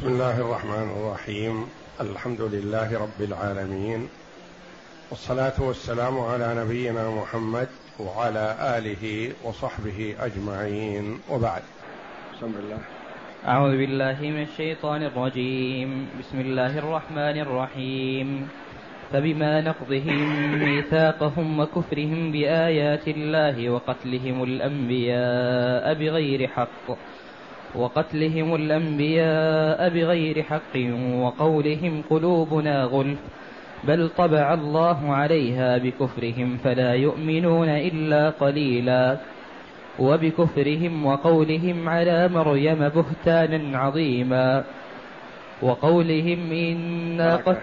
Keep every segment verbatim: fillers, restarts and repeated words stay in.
بسم الله الرحمن الرحيم. الحمد لله رب العالمين، والصلاة والسلام على نبينا محمد وعلى آله وصحبه أجمعين، وبعد. بسم الله. أعوذ بالله من الشيطان الرجيم. بسم الله الرحمن الرحيم. فبما نقضهم ميثاقهم وكفرهم بآيات الله وقتلهم الأنبياء بغير حق وقتلهم الأنبياء بغير حق وقولهم قلوبنا غلف بل طبع الله عليها بكفرهم فلا يؤمنون إلا قليلا وبكفرهم وقولهم على مريم بهتانا عظيما وقولهم إنا قد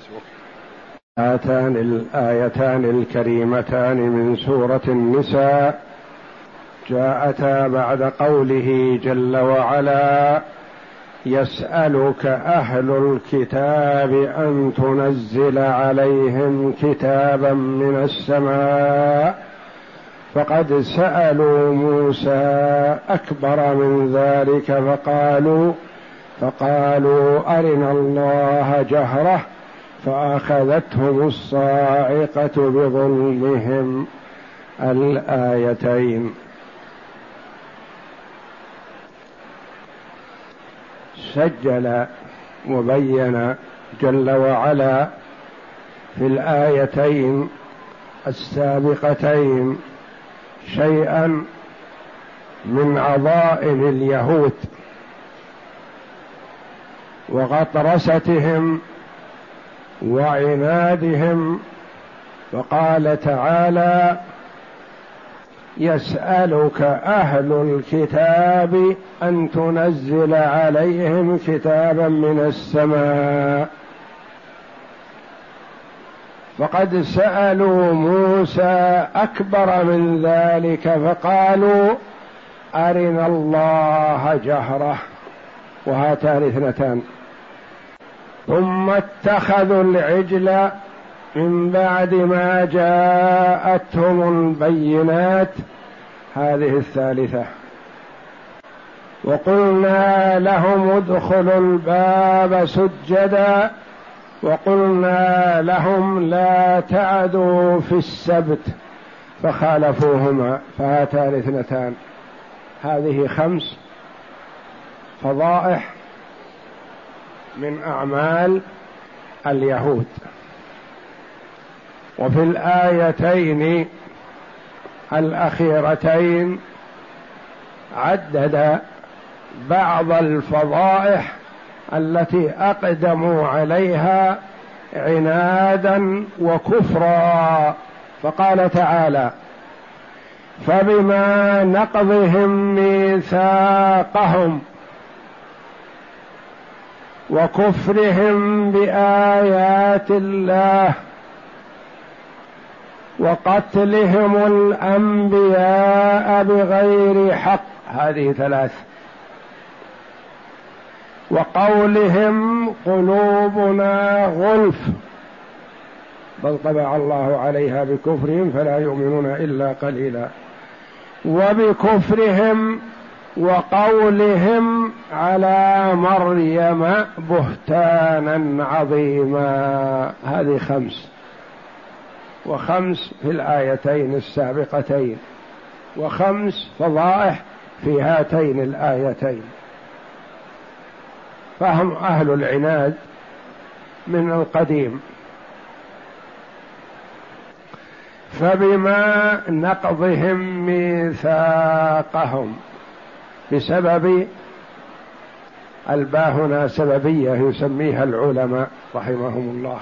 هاتان الآيتان الكريمتان من سورة النساء جاءتا بعد قوله جل وعلا: يسألك أهل الكتاب أن تنزل عليهم كتابا من السماء فقد سألوا موسى أكبر من ذلك فقالوا فقالوا أرنا الله جهرة فأخذتهم الصاعقة بظلمهم. الآيتين. سجل وبين جل وعلا في الآيتين السابقتين شيئا من عظائم اليهود وغطرستهم وعنادهم، فقال تعالى: يسألك أهل الكتاب أن تنزل عليهم كتابا من السماء فقد سألوا موسى أكبر من ذلك فقالوا أرنا الله جهرة، وهاتان اثنتان. ثم اتخذوا العجل من بعد ما جاءتهم البينات، هذه الثالثة. وقلنا لهم ادخلوا الباب سجدا وقلنا لهم لا تعدوا في السبت فخالفوهما، فهاتان اثنتان. هذه خمس فضائح من أعمال اليهود. وفي الآيتين الأخيرتين عدد بعض الفضائح التي أقدموا عليها عنادا وكفرا، فقال تعالى: فبما نقضهم ميثاقهم وكفرهم بآيات الله وقتلهم الأنبياء بغير حق، هذه ثلاث. وقولهم قلوبنا غلف بل طبع الله عليها بكفرهم فلا يؤمنون إلا قليلا. وبكفرهم وقولهم على مريم بهتانا عظيما، هذه خمس. وخمس في الآيتين السابقتين، وخمس فضائح في هاتين الآيتين. فهم أهل العناد من القديم. فبما نقضهم ميثاقهم، بسبب الباء هنا سببية يسميها العلماء رحمهم الله.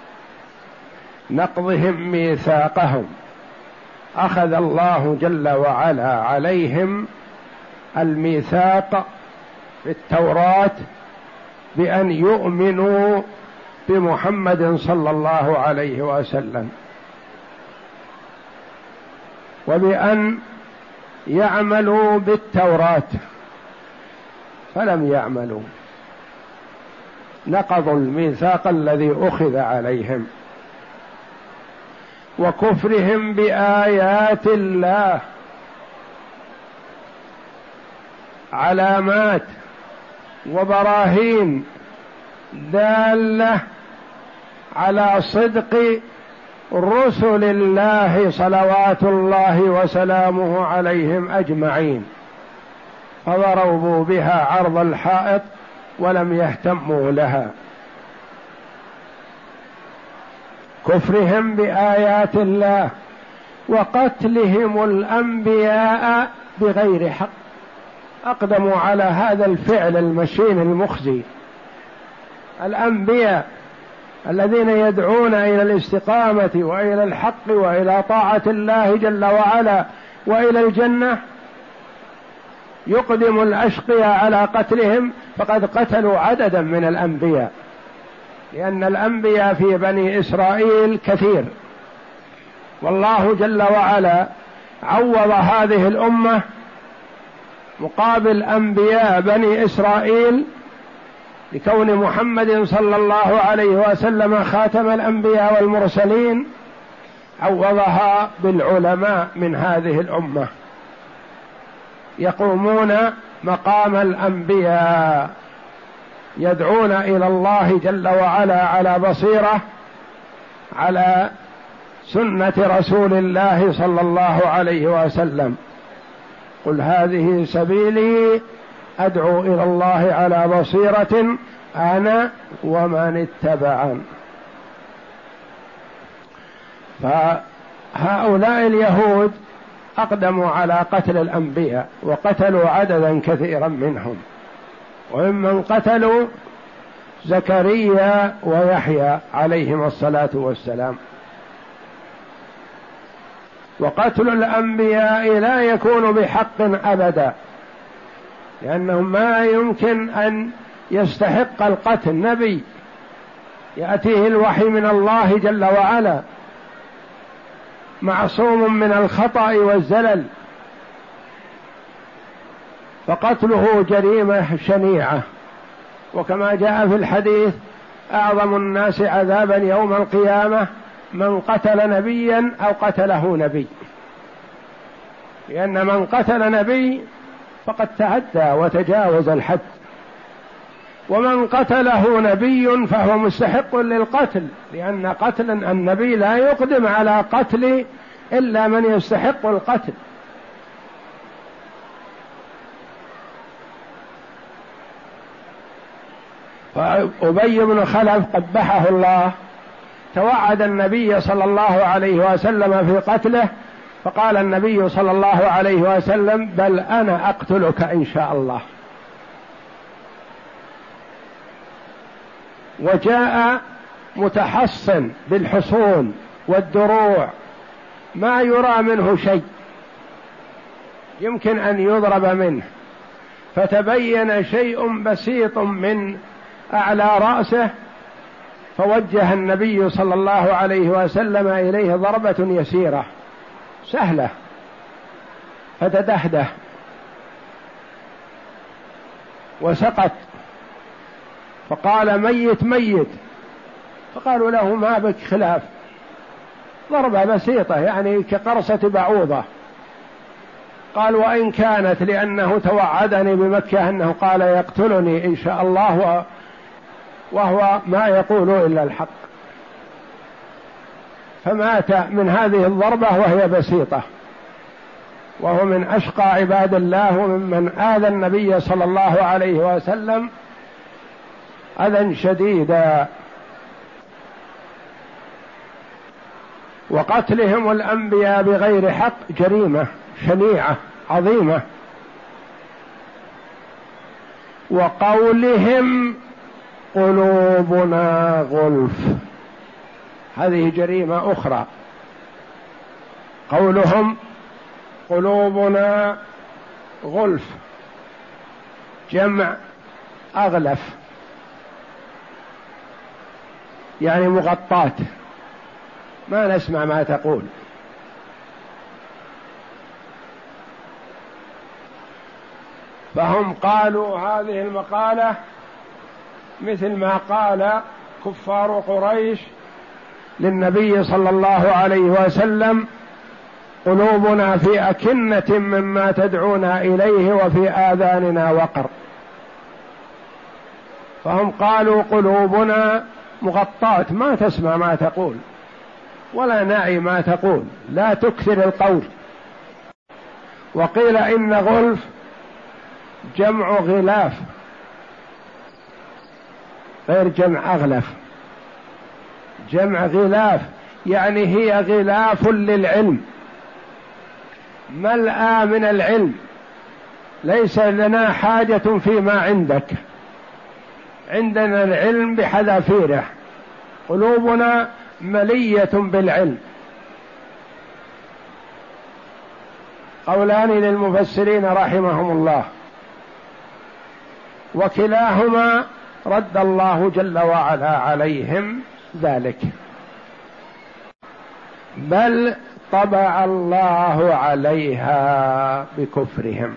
نقضهم ميثاقهم، أخذ الله جل وعلا عليهم الميثاق في التوراة بأن يؤمنوا بمحمد صلى الله عليه وسلم وبأن يعملوا بالتوراة، فلم يعملوا، نقضوا الميثاق الذي أخذ عليهم. وكفرهم بآيات الله، علامات وبراهين دالة على صدق رسل الله صلوات الله وسلامه عليهم أجمعين، فضربوا بها عرض الحائط ولم يهتموا لها. كفرهم بآيات الله وقتلهم الأنبياء بغير حق، أقدموا على هذا الفعل المشين المخزي. الأنبياء الذين يدعون إلى الاستقامة وإلى الحق وإلى طاعة الله جل وعلا وإلى الجنة، يقدم الأشقياء على قتلهم، فقد قتلوا عددا من الأنبياء، لأن الأنبياء في بني إسرائيل كثير، والله جل وعلا عوض هذه الأمة مقابل أنبياء بني إسرائيل، لكون محمد صلى الله عليه وسلم خاتم الأنبياء والمرسلين، عوضها بالعلماء من هذه الأمة يقومون مقام الأنبياء، يدعون إلى الله جل وعلا على بصيرة، على سنة رسول الله صلى الله عليه وسلم. قل هذه سبيلي أدعو إلى الله على بصيرة أنا ومن اتبعن. فهؤلاء اليهود أقدموا على قتل الأنبياء وقتلوا عددا كثيرا منهم، وممن قتلوا زكريا ويحيى عليهما الصلاة والسلام. وقتل الأنبياء لا يكون بحق أبدا، لأنه ما يمكن أن يستحق القتل. نبي يأتيه الوحي من الله جل وعلا، معصوم من الخطأ والزلل، فقتله جريمة شنيعة. وكما جاء في الحديث: أعظم الناس عذابا يوم القيامة من قتل نبيا أو قتله نبي، لأن من قتل نبي فقد تعدى وتجاوز الحد، ومن قتله نبي فهو مستحق للقتل، لأن قتل النبي لا يقدم على قتل إلا من يستحق القتل. فأبي بن خلف قبحه الله توعد النبي صلى الله عليه وسلم في قتله، فقال النبي صلى الله عليه وسلم: بل أنا أقتلك إن شاء الله. وجاء متحصن بالحصون والدروع، ما يرى منه شيء، يمكن أن يضرب منه، فتبين شيء بسيط من أعلى رأسه، فوجه النبي صلى الله عليه وسلم إليه ضربة يسيرة سهلة، فتدهده وسقط، فقال: ميت ميت. فقالوا له: ما بك خلاف، ضربة بسيطة يعني كقرصة بعوضة. قال: وإن كانت، لأنه توعدني بمكة أنه قال يقتلني إن شاء الله، وهو ما يقول إلا الحق. فمات من هذه الضربة وهي بسيطة، وهو من أشقى عباد الله، وممن آذى النبي صلى الله عليه وسلم أذى شديدا. وقتلهم الأنبياء بغير حق جريمة شنيعة عظيمة. وقولهم قلوبنا غلف، هذه جريمة أخرى. قولهم قلوبنا غلف جمع أغلف، يعني مغطاة، ما نسمع ما تقول. فهم قالوا هذه المقالة مثل ما قال كفار قريش للنبي صلى الله عليه وسلم: قلوبنا في أكنة مما تدعونا إليه وفي آذاننا وقر. فهم قالوا قلوبنا مغطاة ما تسمع ما تقول ولا نعي ما تقول، لا تكثر القول. وقيل إن غلف جمع غلاف غير جمع أغلف، جمع غلاف يعني هي غلاف للعلم، ملأى من العلم، ليس لنا حاجة فيما عندك، عندنا العلم بحذافيره، قلوبنا ملية بالعلم. قولان للمفسرين رحمهم الله، وكلاهما رد الله جل وعلا عليهم ذلك. بل طبع الله عليها بكفرهم،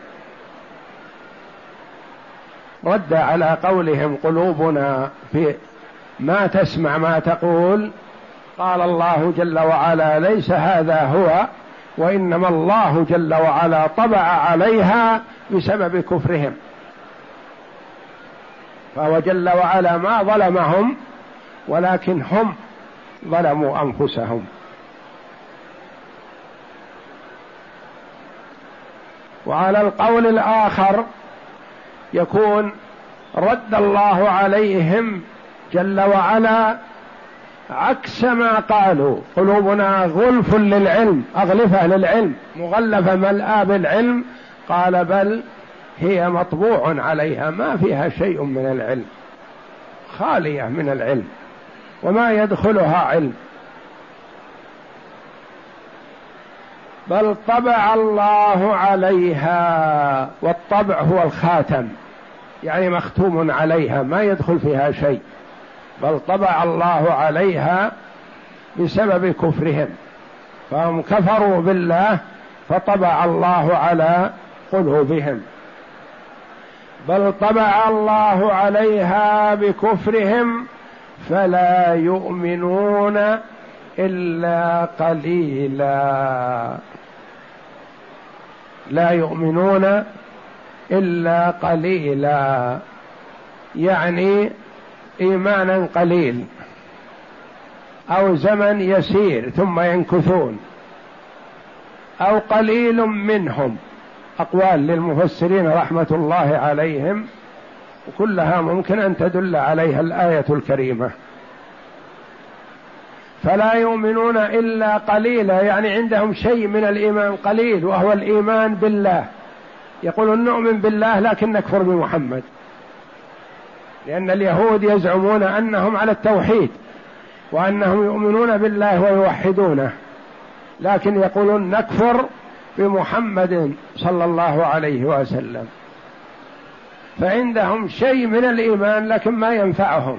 رد على قولهم قلوبنا في ما تسمع ما تقول، قال الله جل وعلا ليس هذا هو، وإنما الله جل وعلا طبع عليها بسبب كفرهم، فهو جل وعلا ما ظلمهم ولكن هم ظلموا أنفسهم. وعلى القول الآخر يكون رد الله عليهم جل وعلا عكس ما قالوا، قلوبنا غلف للعلم، أغلفة للعلم، مغلفة ملآ بالعلم، قال بل هي مطبوع عليها، ما فيها شيء من العلم، خالية من العلم وما يدخلها علم. بل طبع الله عليها، والطبع هو الخاتم، يعني مختوم عليها ما يدخل فيها شيء. بل طبع الله عليها بسبب كفرهم، فهم كفروا بالله فطبع الله على قلوبهم. بل طبع الله عليها بكفرهم فلا يؤمنون إلا قليلا، لا يؤمنون إلا قليلا، يعني إيمانا قليل أو زمن يسير ثم ينكثون، أو قليل منهم. أقوال للمفسرين رحمة الله عليهم، وكلها ممكن أن تدل عليها الآية الكريمة. فلا يؤمنون إلا قليلا، يعني عندهم شيء من الإيمان قليل، وهو الإيمان بالله. يقولون نؤمن بالله لكن نكفر بمحمد، لأن اليهود يزعمون أنهم على التوحيد وأنهم يؤمنون بالله ويوحدونه، لكن يقولون نكفر بمحمد صلى الله عليه وسلم. فعندهم شيء من الإيمان لكن ما ينفعهم،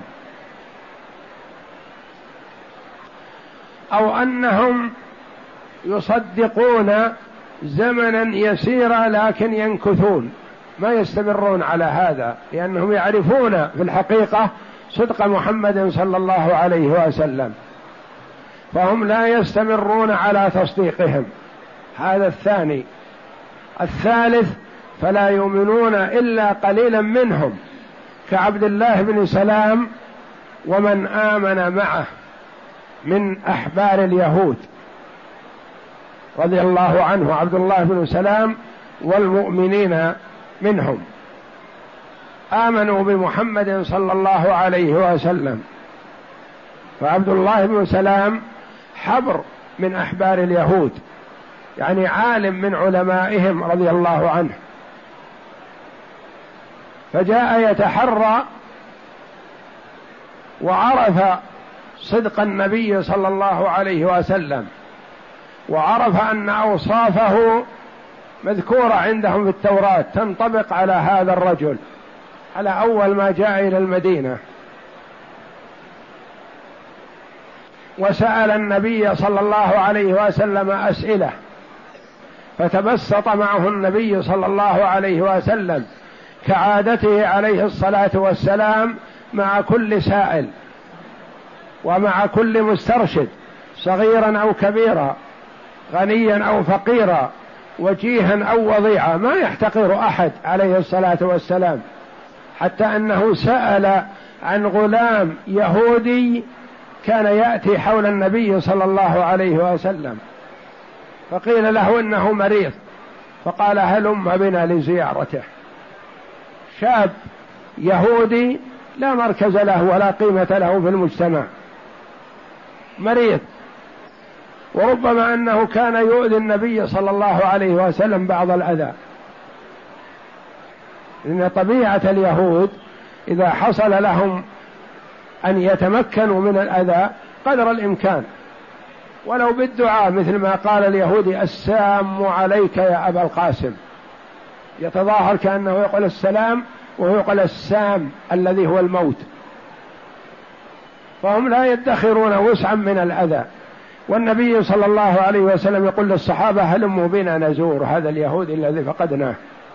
أو أنهم يصدقون زمنا يسيرا لكن ينكثون، ما يستمرون على هذا، لأنهم يعرفون في الحقيقة صدق محمد صلى الله عليه وسلم، فهم لا يستمرون على تصديقهم. هذا الثاني. الثالث فلا يؤمنون إلا قليلا منهم، كعبد الله بن سلام ومن آمن معه من أحبار اليهود رضي الله عنه، عبد الله بن سلام والمؤمنين منهم آمنوا بمحمد صلى الله عليه وسلم. فعبد الله بن سلام حبر من أحبار اليهود، يعني عالم من علمائهم رضي الله عنه، فجاء يتحرى وعرف صدق النبي صلى الله عليه وسلم، وعرف أن أوصافه مذكورة عندهم في التوراة تنطبق على هذا الرجل على أول ما جاء إلى المدينة، وسأل النبي صلى الله عليه وسلم أسئلة، فتبسط معه النبي صلى الله عليه وسلم كعادته عليه الصلاة والسلام مع كل سائل ومع كل مسترشد، صغيرا أو كبيرا، غنيا أو فقيرا، وجيها أو وضيعا، ما يحتقر أحد عليه الصلاة والسلام، حتى أنه سأل عن غلام يهودي كان يأتي حول النبي صلى الله عليه وسلم، فقيل له إنه مريض، فقال هلم بنا لزيارته. شاب يهودي لا مركز له ولا قيمة له في المجتمع، مريض، وربما أنه كان يؤذي النبي صلى الله عليه وسلم بعض الأذى، لأن طبيعة اليهود إذا حصل لهم أن يتمكنوا من الأذى قدر الإمكان ولو بالدعاء، مثل ما قال اليهودي السام عليك يا أبا القاسم، يتظاهر كأنه يقول السلام وهو يقول السام الذي هو الموت، فهم لا يدخرون وسعا من الأذى. والنبي صلى الله عليه وسلم يقول للصحابة هلموا بنا نزور هذا اليهودي الذي فقدناه،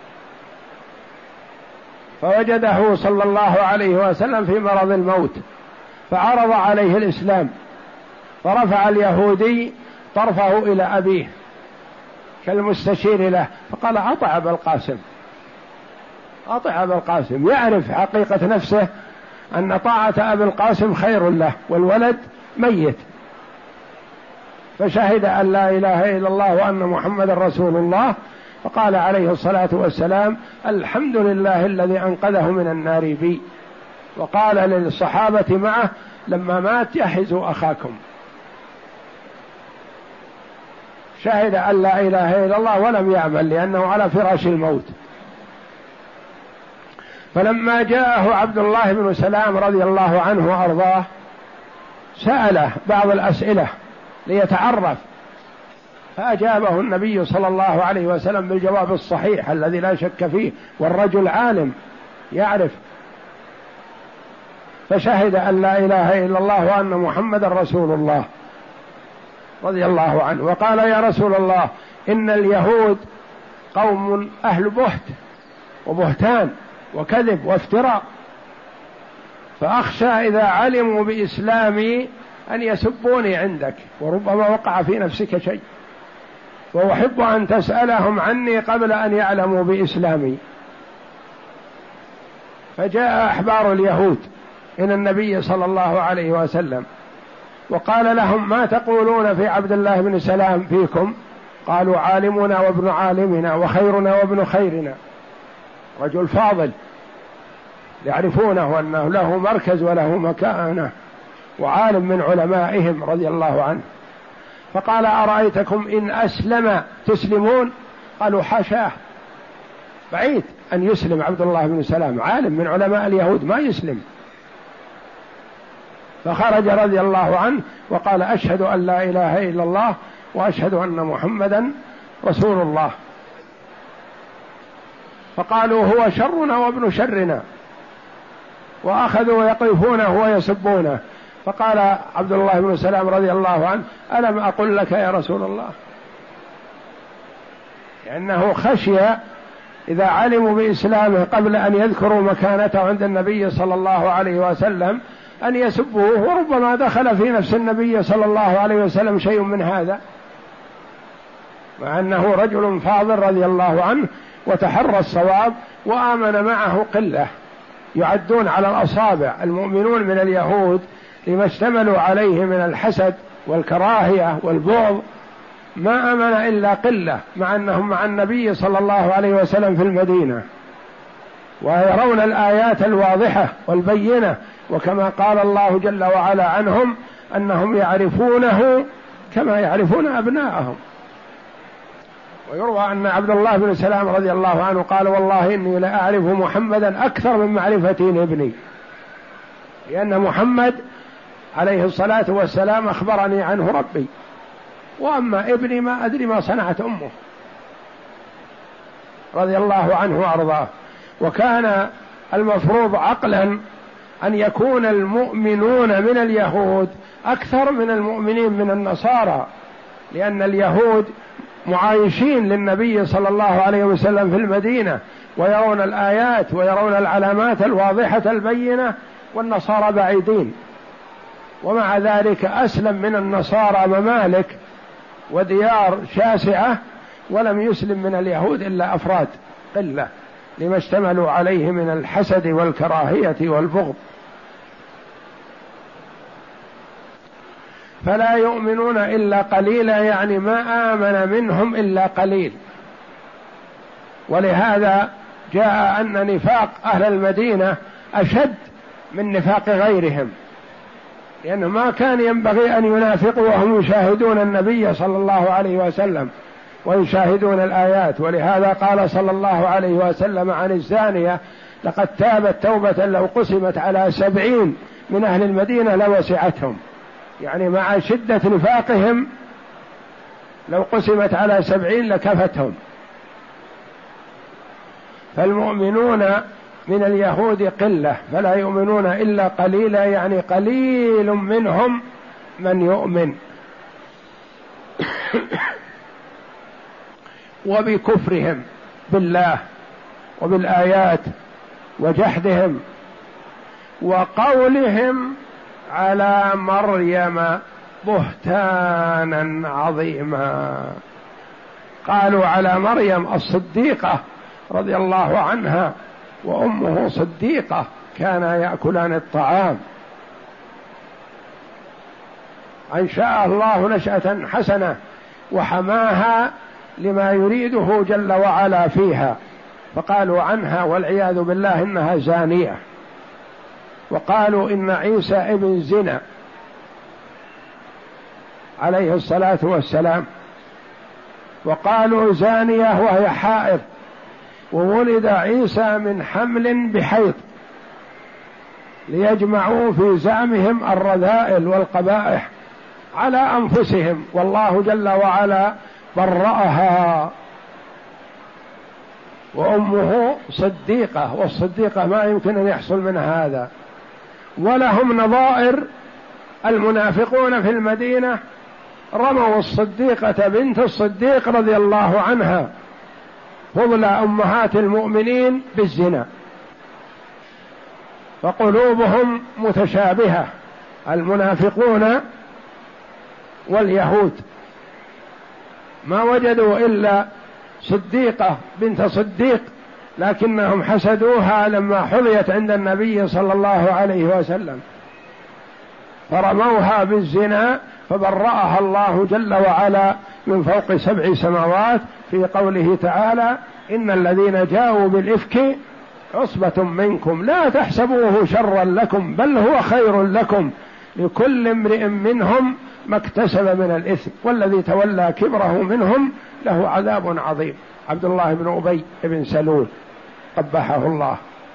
فوجده صلى الله عليه وسلم في مرض الموت، فعرض عليه الإسلام، فرفع اليهودي طرفه إلى أبيه كالمستشير له، فقال أطع أبا القاسم، أطع أبا القاسم، يعرف حقيقة نفسه أن طاعة أبي القاسم خير له والولد ميت. فشهد أن لا إله إلا الله وأن محمد رسول الله، فقال عليه الصلاة والسلام الحمد لله الذي أنقذه من النار بي. وقال للصحابة معه لما مات جهزوا أخاكم. شهد أن لا إله إلا الله ولم يعمل لأنه على فراش الموت. فلما جاءه عبد الله بن سلام رضي الله عنه وأرضاه سأله بعض الأسئلة ليتعرف، فأجابه النبي صلى الله عليه وسلم بالجواب الصحيح الذي لا شك فيه، والرجل عالم يعرف. فشهد أن لا إله إلا الله وأن محمد رسول الله رضي الله عنه. وقال يا رسول الله إن اليهود قوم أهل بهت وبهتان وكذب وافتراء، فأخشى إذا علموا بإسلامي أن يسبوني عندك، وربما وقع في نفسك شيء، وأحب أن تسألهم عني قبل أن يعلموا بإسلامي. فجاء أحبار اليهود إلى النبي صلى الله عليه وسلم وقال لهم ما تقولون في عبد الله بن سلام فيكم؟ قالوا عالمنا وابن عالمنا وخيرنا وابن خيرنا، رجل فاضل يعرفونه أنه له مركز وله مكانة وعالم من علمائهم رضي الله عنه. فقال أرأيتكم إن أسلم تسلمون؟ قالوا حاشاه، بعيد أن يسلم عبد الله بن سلام، عالم من علماء اليهود ما يسلم. فخرج رضي الله عنه وقال أشهد أن لا إله إلا الله وأشهد أن محمدا رسول الله. فقالوا هو شرنا وابن شرنا، وأخذوا يقذفونه ويسبونه. فقال عبد الله بن سلام رضي الله عنه ألم أقل لك يا رسول الله؟ لأنه خشي إذا علموا بإسلامه قبل أن يذكروا مكانته عند النبي صلى الله عليه وسلم أن يسبوه، وربما دخل في نفس النبي صلى الله عليه وسلم شيء من هذا، مع أنه رجل فاضل رضي الله عنه وتحرى الصواب، وآمن معه قلة يعدون على الأصابع المؤمنون من اليهود لما اشتملوا عليه من الحسد والكراهية والبغض، ما آمن إلا قلة، مع أنهم مع النبي صلى الله عليه وسلم في المدينة ويرون الآيات الواضحة والبينة، وكما قال الله جل وعلا عنهم أنهم يعرفونه كما يعرفون أبناءهم. ويروى أن عبد الله بن سلام رضي الله عنه قال والله إني لأعرف محمدا أكثر من معرفتي لابني، لأن محمد عليه الصلاة والسلام أخبرني عنه ربي، وأما ابني ما أدري ما صنعت أمه رضي الله عنه وأرضاه. وكان المفروض عقلا أن يكون المؤمنون من اليهود أكثر من المؤمنين من النصارى، لأن اليهود معايشين للنبي صلى الله عليه وسلم في المدينة ويرون الآيات ويرون العلامات الواضحة البينة، والنصارى بعيدين. ومع ذلك أسلم من النصارى ممالك وديار شاسعة، ولم يسلم من اليهود إلا أفراد قلة، لما اشتملوا عليه من الحسد والكراهية والبغض. فلا يؤمنون إلا قليلا، يعني ما آمن منهم إلا قليل. ولهذا جاء أن نفاق أهل المدينة أشد من نفاق غيرهم، لأنه ما كان ينبغي أن ينافقوا وهم يشاهدون النبي صلى الله عليه وسلم ويشاهدون الآيات. ولهذا قال صلى الله عليه وسلم عن الزانية: لقد تابت توبة لو قسمت على سبعين من أهل المدينة لوسعتهم، يعني مع شدة نفاقهم لو قسمت على سبعين لكفتهم. فالمؤمنون من اليهود قلة، فلا يؤمنون إلا قليلا، يعني قليل منهم من يؤمن. وبكفرهم بالله وبالآيات وجحدهم وقولهم على مريم بهتانا عظيما. قالوا على مريم الصديقة رضي الله عنها وأمه صديقة كانا يأكلان الطعام، أنشأ الله نشأة حسنة وحماها لما يريده جل وعلا فيها، فقالوا عنها والعياذ بالله إنها زانية، وقالوا إن عيسى ابن زنا عليه الصلاة والسلام، وقالوا زانية وهي حائض، وولد عيسى من حمل بحيض، ليجمعوا في زعمهم الرذائل والقبائح على أنفسهم، والله جل وعلا برأها. وأمه صديقة، والصديقة ما يمكن أن يحصل من هذا. ولهم نظائر المنافقون في المدينة رموا الصديقة بنت الصديق رضي الله عنها فضل أمهات المؤمنين بالزنا، فقلوبهم متشابهة المنافقون واليهود، ما وجدوا إلا صديقة بنت صديق، لكنهم حسدوها لما حظيت عند النبي صلى الله عليه وسلم فرموها بالزنا، فبرأها الله جل وعلا من فوق سبع سماوات في قوله تعالى: إن الذين جاءوا بالإفك عصبة منكم لا تحسبوه شرا لكم بل هو خير لكم لكل امرئ منهم ما اكتسب من الإثم والذي تولى كبره منهم له عذاب عظيم. عبد الله بن أبي بن سلول قبحه الله.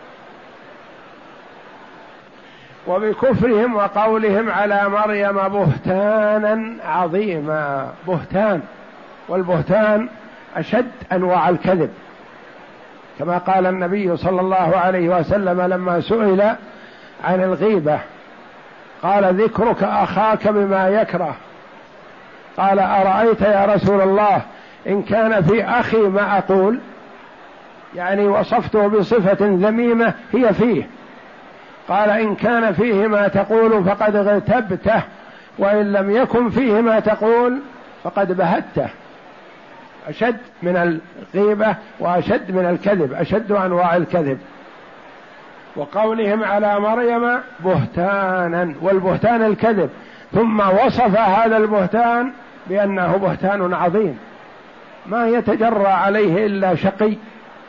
وبكفرهم وقولهم على مريم بهتانا عظيما. بهتان، والبهتان أشد أنواع الكذب، كما قال النبي صلى الله عليه وسلم لما سئل عن الغيبة قال: ذكرك أخاك بما يكره. قال: أرأيت يا رسول الله إن كان في أخي ما أقول، يعني وصفته بصفة ذميمة هي فيه. قال: إن كان فيه ما تقول فقد اغتبته، وإن لم يكن فيه ما تقول فقد بهته. أشد من الغيبة وأشد من الكذب، أشد أنواع الكذب. وقولهم على مريم بهتانا، والبهتان الكذب، ثم وصف هذا البهتان بأنه بهتان عظيم ما يتجرى عليه إلا شقي،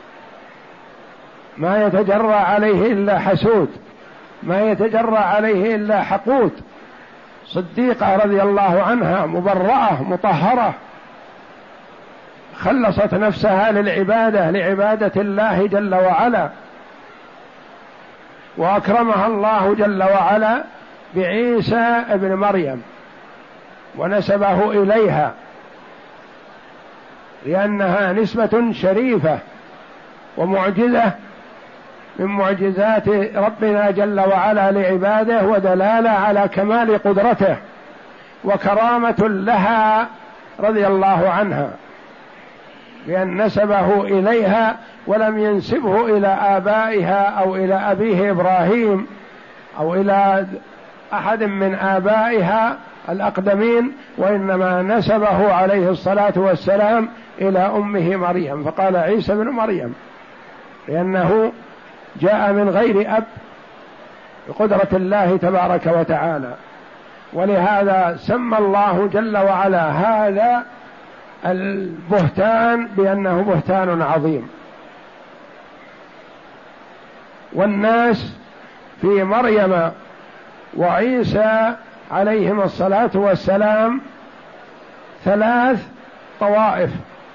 ما يتجرى عليه إلا حسود، ما يتجرى عليه إلا حقود. صديقة رضي الله عنها مبرأة مطهرة، خلصت نفسها للعبادة لعبادة الله جل وعلا، وأكرمها الله جل وعلا بعيسى ابن مريم ونسبه إليها، لأنها نسبة شريفة ومعجزة من معجزات ربنا جل وعلا لعباده، ودلالة على كمال قدرته، وكرامة لها رضي الله عنها، بأن نسبه إليها ولم ينسبه إلى آبائها أو إلى أبيه إبراهيم أو إلى أحد من آبائها الأقدمين، وإنما نسبه عليه الصلاة والسلام إلى أمه مريم، فقال عيسى بن مريم. لأنه جاء من غير أب بقدرة الله تبارك وتعالى، ولهذا سمى الله جل وعلا هذا البهتان بأنه بهتان عظيم. والناس في مريم وعيسى عليهم الصلاة والسلام ثلاث طوائف.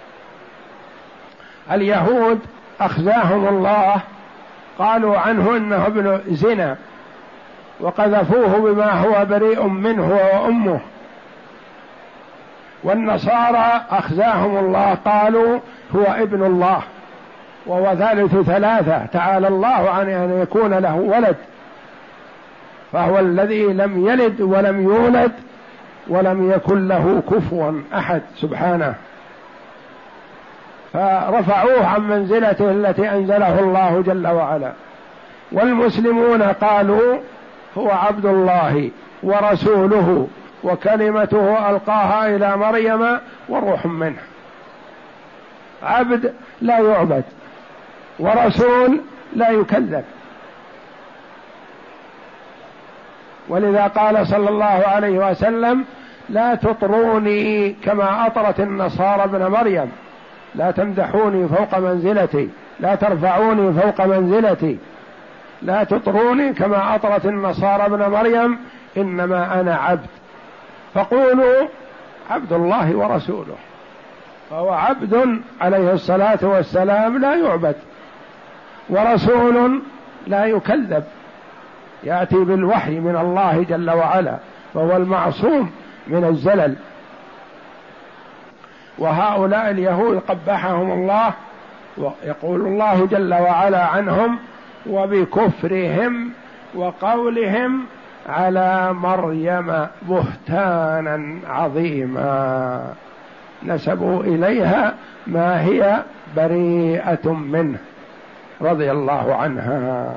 اليهود أخزاهم الله، قالوا عنه إنه ابن زنا وقذفوه بما هو بريء منه وأمه. والنصارى أخزاهم الله، قالوا هو ابن الله وهو ثالث ثلاثة، تعالى الله عن أن يكون له ولد، فهو الذي لم يلد ولم يولد ولم يكن له كفوا أحد سبحانه، فرفعوه عن منزلته التي أنزله الله جل وعلا. والمسلمون قالوا هو عبد الله ورسوله وكلمته ألقاها إلى مريم وروح منه. عبد لا يعبد ورسول لا يكذب، ولذا قال صلى الله عليه وسلم لا تطروني كما أطرت النصارى ابن مريم، لا تمدحوني فوق منزلتي، لا ترفعوني فوق منزلتي، لا تطروني كما أطرت النصارى ابن مريم، إنما أنا عبد، فقولوا عبد الله ورسوله. فهو عبد عليه الصلاة والسلام لا يعبد، ورسول لا يكذب، يأتي بالوحي من الله جل وعلا، فهو المعصوم من الزلل. وهؤلاء اليهود قبحهم الله، ويقول الله جل وعلا عنهم وبكفرهم وقولهم على مريم بهتانا عظيما نسبوا إليها ما هي بريئة منه رضي الله عنها.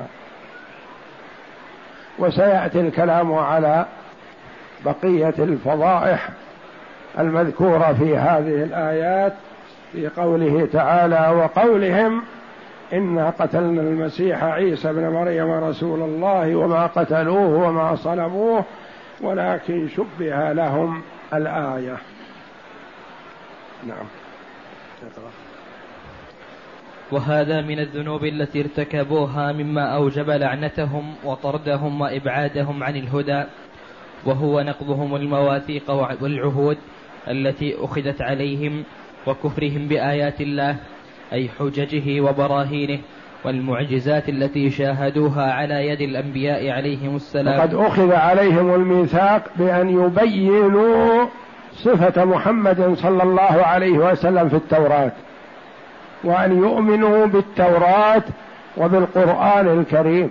وسيأتي الكلام على بقية الفضائح المذكورة في هذه الآيات في قوله تعالى وقولهم إنا قتلنا المسيح عيسى ابن مريم رسول الله وما قتلوه وما صلبوه ولكن شبه لهم الآية. نعم. وهذا من الذنوب التي ارتكبوها مما أوجب لعنتهم وطردهم وإبعادهم عن الهدى، وهو نقضهم المواثيق والعهود التي أخذت عليهم وكفرهم بآيات الله أي حججه وبراهينه والمعجزات التي شاهدوها على يد الأنبياء عليهم السلام. وقد أخذ عليهم الميثاق بأن يبينوا صفة محمد صلى الله عليه وسلم في التوراة، وأن يؤمنوا بالتوراة وبالقرآن الكريم.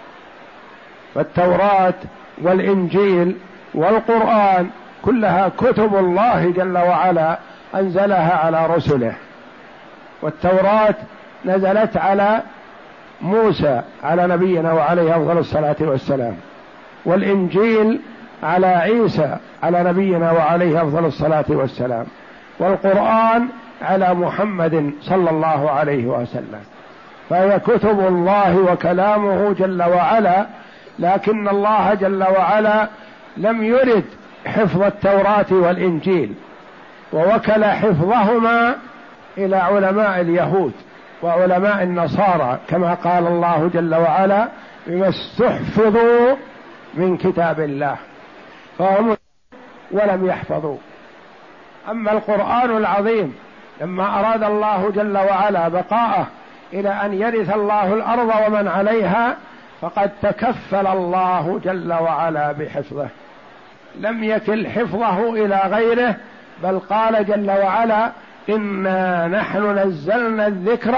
فالتوراة والإنجيل والقرآن كلها كتب الله جل وعلا أنزلها على رسله. والتوراة نزلت على موسى على نبينا وعليه أفضل الصلاة والسلام، والإنجيل على عيسى على نبينا وعليه أفضل الصلاة والسلام، والقرآن على محمد صلى الله عليه وسلم. فهي كتب الله وكلامه جل وعلا، لكن الله جل وعلا لم يرد حفظ التوراة والإنجيل، ووكل حفظهما إلى علماء اليهود وعلماء النصارى، كما قال الله جل وعلا بما استحفظوا من كتاب الله، فهم ولم يحفظوا. أما القرآن العظيم لما أراد الله جل وعلا بقاءه إلى أن يرث الله الأرض ومن عليها، فقد تكفل الله جل وعلا بحفظه، لم يكل حفظه إلى غيره، بل قال جل وعلا إنا نحن نزلنا الذكر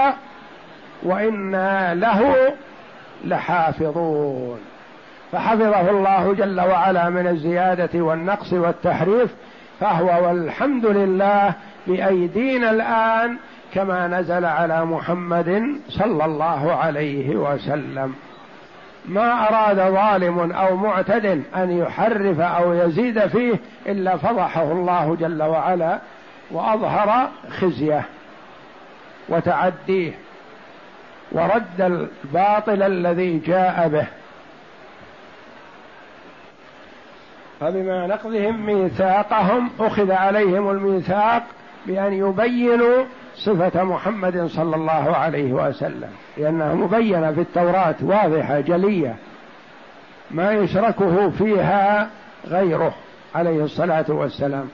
وإنا له لحافظون. فحفظه الله جل وعلا من الزيادة والنقص والتحريف، فهو والحمد لله بأيدينا الآن كما نزل على محمد صلى الله عليه وسلم. ما أراد ظالم أو معتد أن يحرف أو يزيد فيه إلا فضحه الله جل وعلا وأظهر خزيه وتعديه. ورد الباطل الذي جاء به. فبما نقضهم ميثاقهم أخذ عليهم الميثاق بأن يبينوا صفة محمد صلى الله عليه وسلم، لأنها مبينة في التوراة واضحة جلية ما يشركه فيها غيره عليه الصلاة والسلام.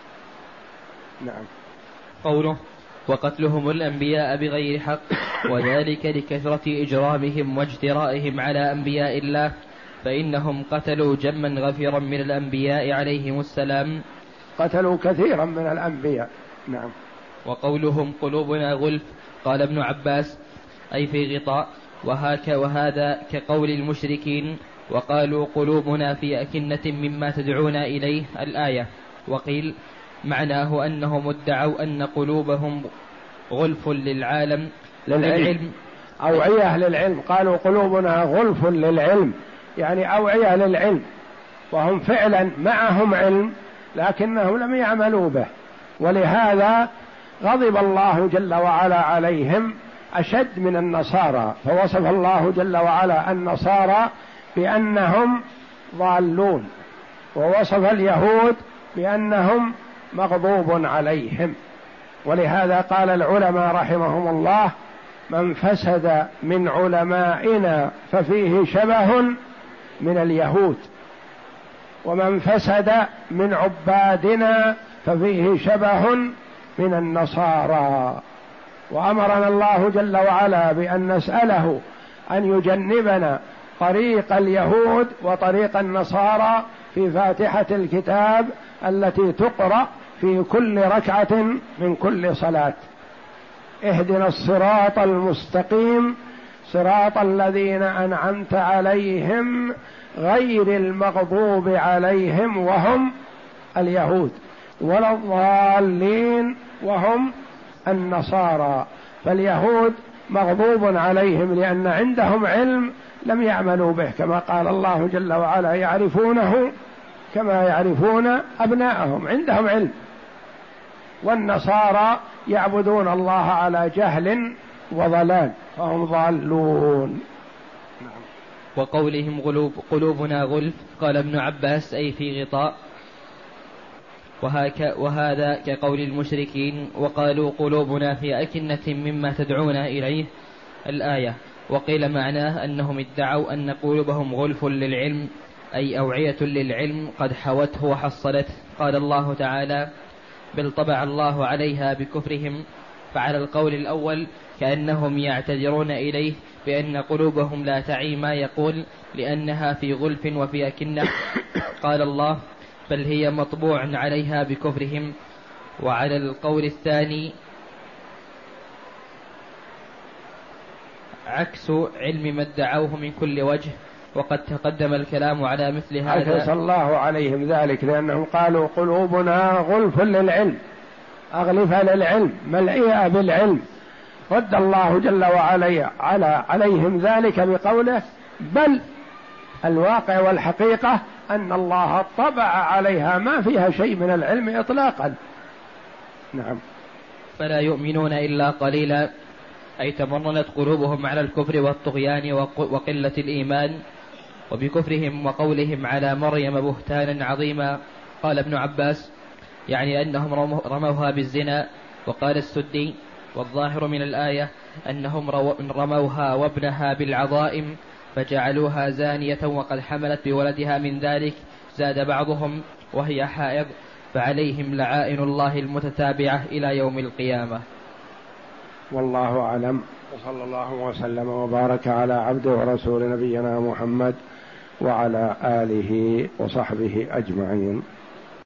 نعم. قوله وقتلهم الأنبياء بغير حق، وذلك لكثرة إجرامهم واجترائهم على أنبياء الله، فإنهم قتلوا جما غفيرا من الأنبياء عليهم السلام، قتلوا كثيرا من الأنبياء. نعم. وقولهم قلوبنا غلف، قال ابن عباس أي في غطاء، وهاك وهذا كقول المشركين وقالوا قلوبنا في أكنة مما تدعونا إليه الآية. وقيل معناه أنهم ادعوا أن قلوبهم غلف للعالم للعلم، أوعية للعلم، قالوا قلوبنا غلف للعلم يعني أوعية للعلم، وهم فعلا معهم علم لكنهم لم يعملوا به، ولهذا غضب الله جل وعلا عليهم أشد من النصارى، فوصف الله جل وعلا النصارى بأنهم ضالون، ووصف اليهود بأنهم مغضوب عليهم. ولهذا قال العلماء رحمهم الله من فسد من علمائنا ففيه شبه من اليهود، ومن فسد من عبادنا ففيه شبه من النصارى. وأمرنا الله جل وعلا بأن نسأله أن يجنبنا طريق اليهود وطريق النصارى في فاتحة الكتاب التي تقرأ في كل ركعة من كل صلاة. اهدنا الصراط المستقيم صراط الذين أنعمت عليهم غير المغضوب عليهم وهم اليهود ولا الضالين وهم النصارى. فاليهود مغضوب عليهم لأن عندهم علم لم يعملوا به، كما قال الله جل وعلا يعرفونه كما يعرفون أبناءهم، عندهم علم. والنصارى يعبدون الله على جهل وضلال فهم ضالون. وقولهم غلوب قلوبنا غلف، قال ابن عباس أي في غطاء، وهك وهذا كقول المشركين وقالوا قلوبنا في أكنة مما تدعونا إليه الآية. وقيل معناه أنهم ادعوا أن قلوبهم غلف للعلم أي أوعية للعلم قد حوته وحصلته. قال الله تعالى بل طبع الله عليها بكفرهم، فعلى القول الأول كأنهم يعتذرون إليه بأن قلوبهم لا تعي ما يقول لأنها في غلف وفي أكنة. قال الله بل هي مطبوع عليها بكفرهم. وعلى القول الثاني عكس علم ما ادعوه من كل وجه، وقد تقدم الكلام على مثل هذا. عكس الله عليهم ذلك لأنهم قالوا قلوبنا غلف للعلم، أغلفة للعلم ملئية بالعلم. رد الله جل وعلا على عليهم ذلك بقوله بل الواقع والحقيقة أن الله طبع عليها ما فيها شيء من العلم إطلاقا. نعم. فلا يؤمنون إلا قليلا، أي تمرنت قلوبهم على الكفر والطغيان وقلة الإيمان، وبكفرهم وقولهم على مريم بهتانا عظيما. قال ابن عباس يعني أنهم رموها بالزنا. وقال السدي والظاهر من الآية أنهم رموها وابنها بالعظائم فجعلوها زانية وقد حملت بولدها من ذلك. زاد بعضهم وهي حائض، فعليهم لعائن الله المتتابعة إلى يوم القيامة. والله أعلم، وصلى الله وسلم وبارك على عبده ورسول نبينا محمد وعلى آله وصحبه أجمعين.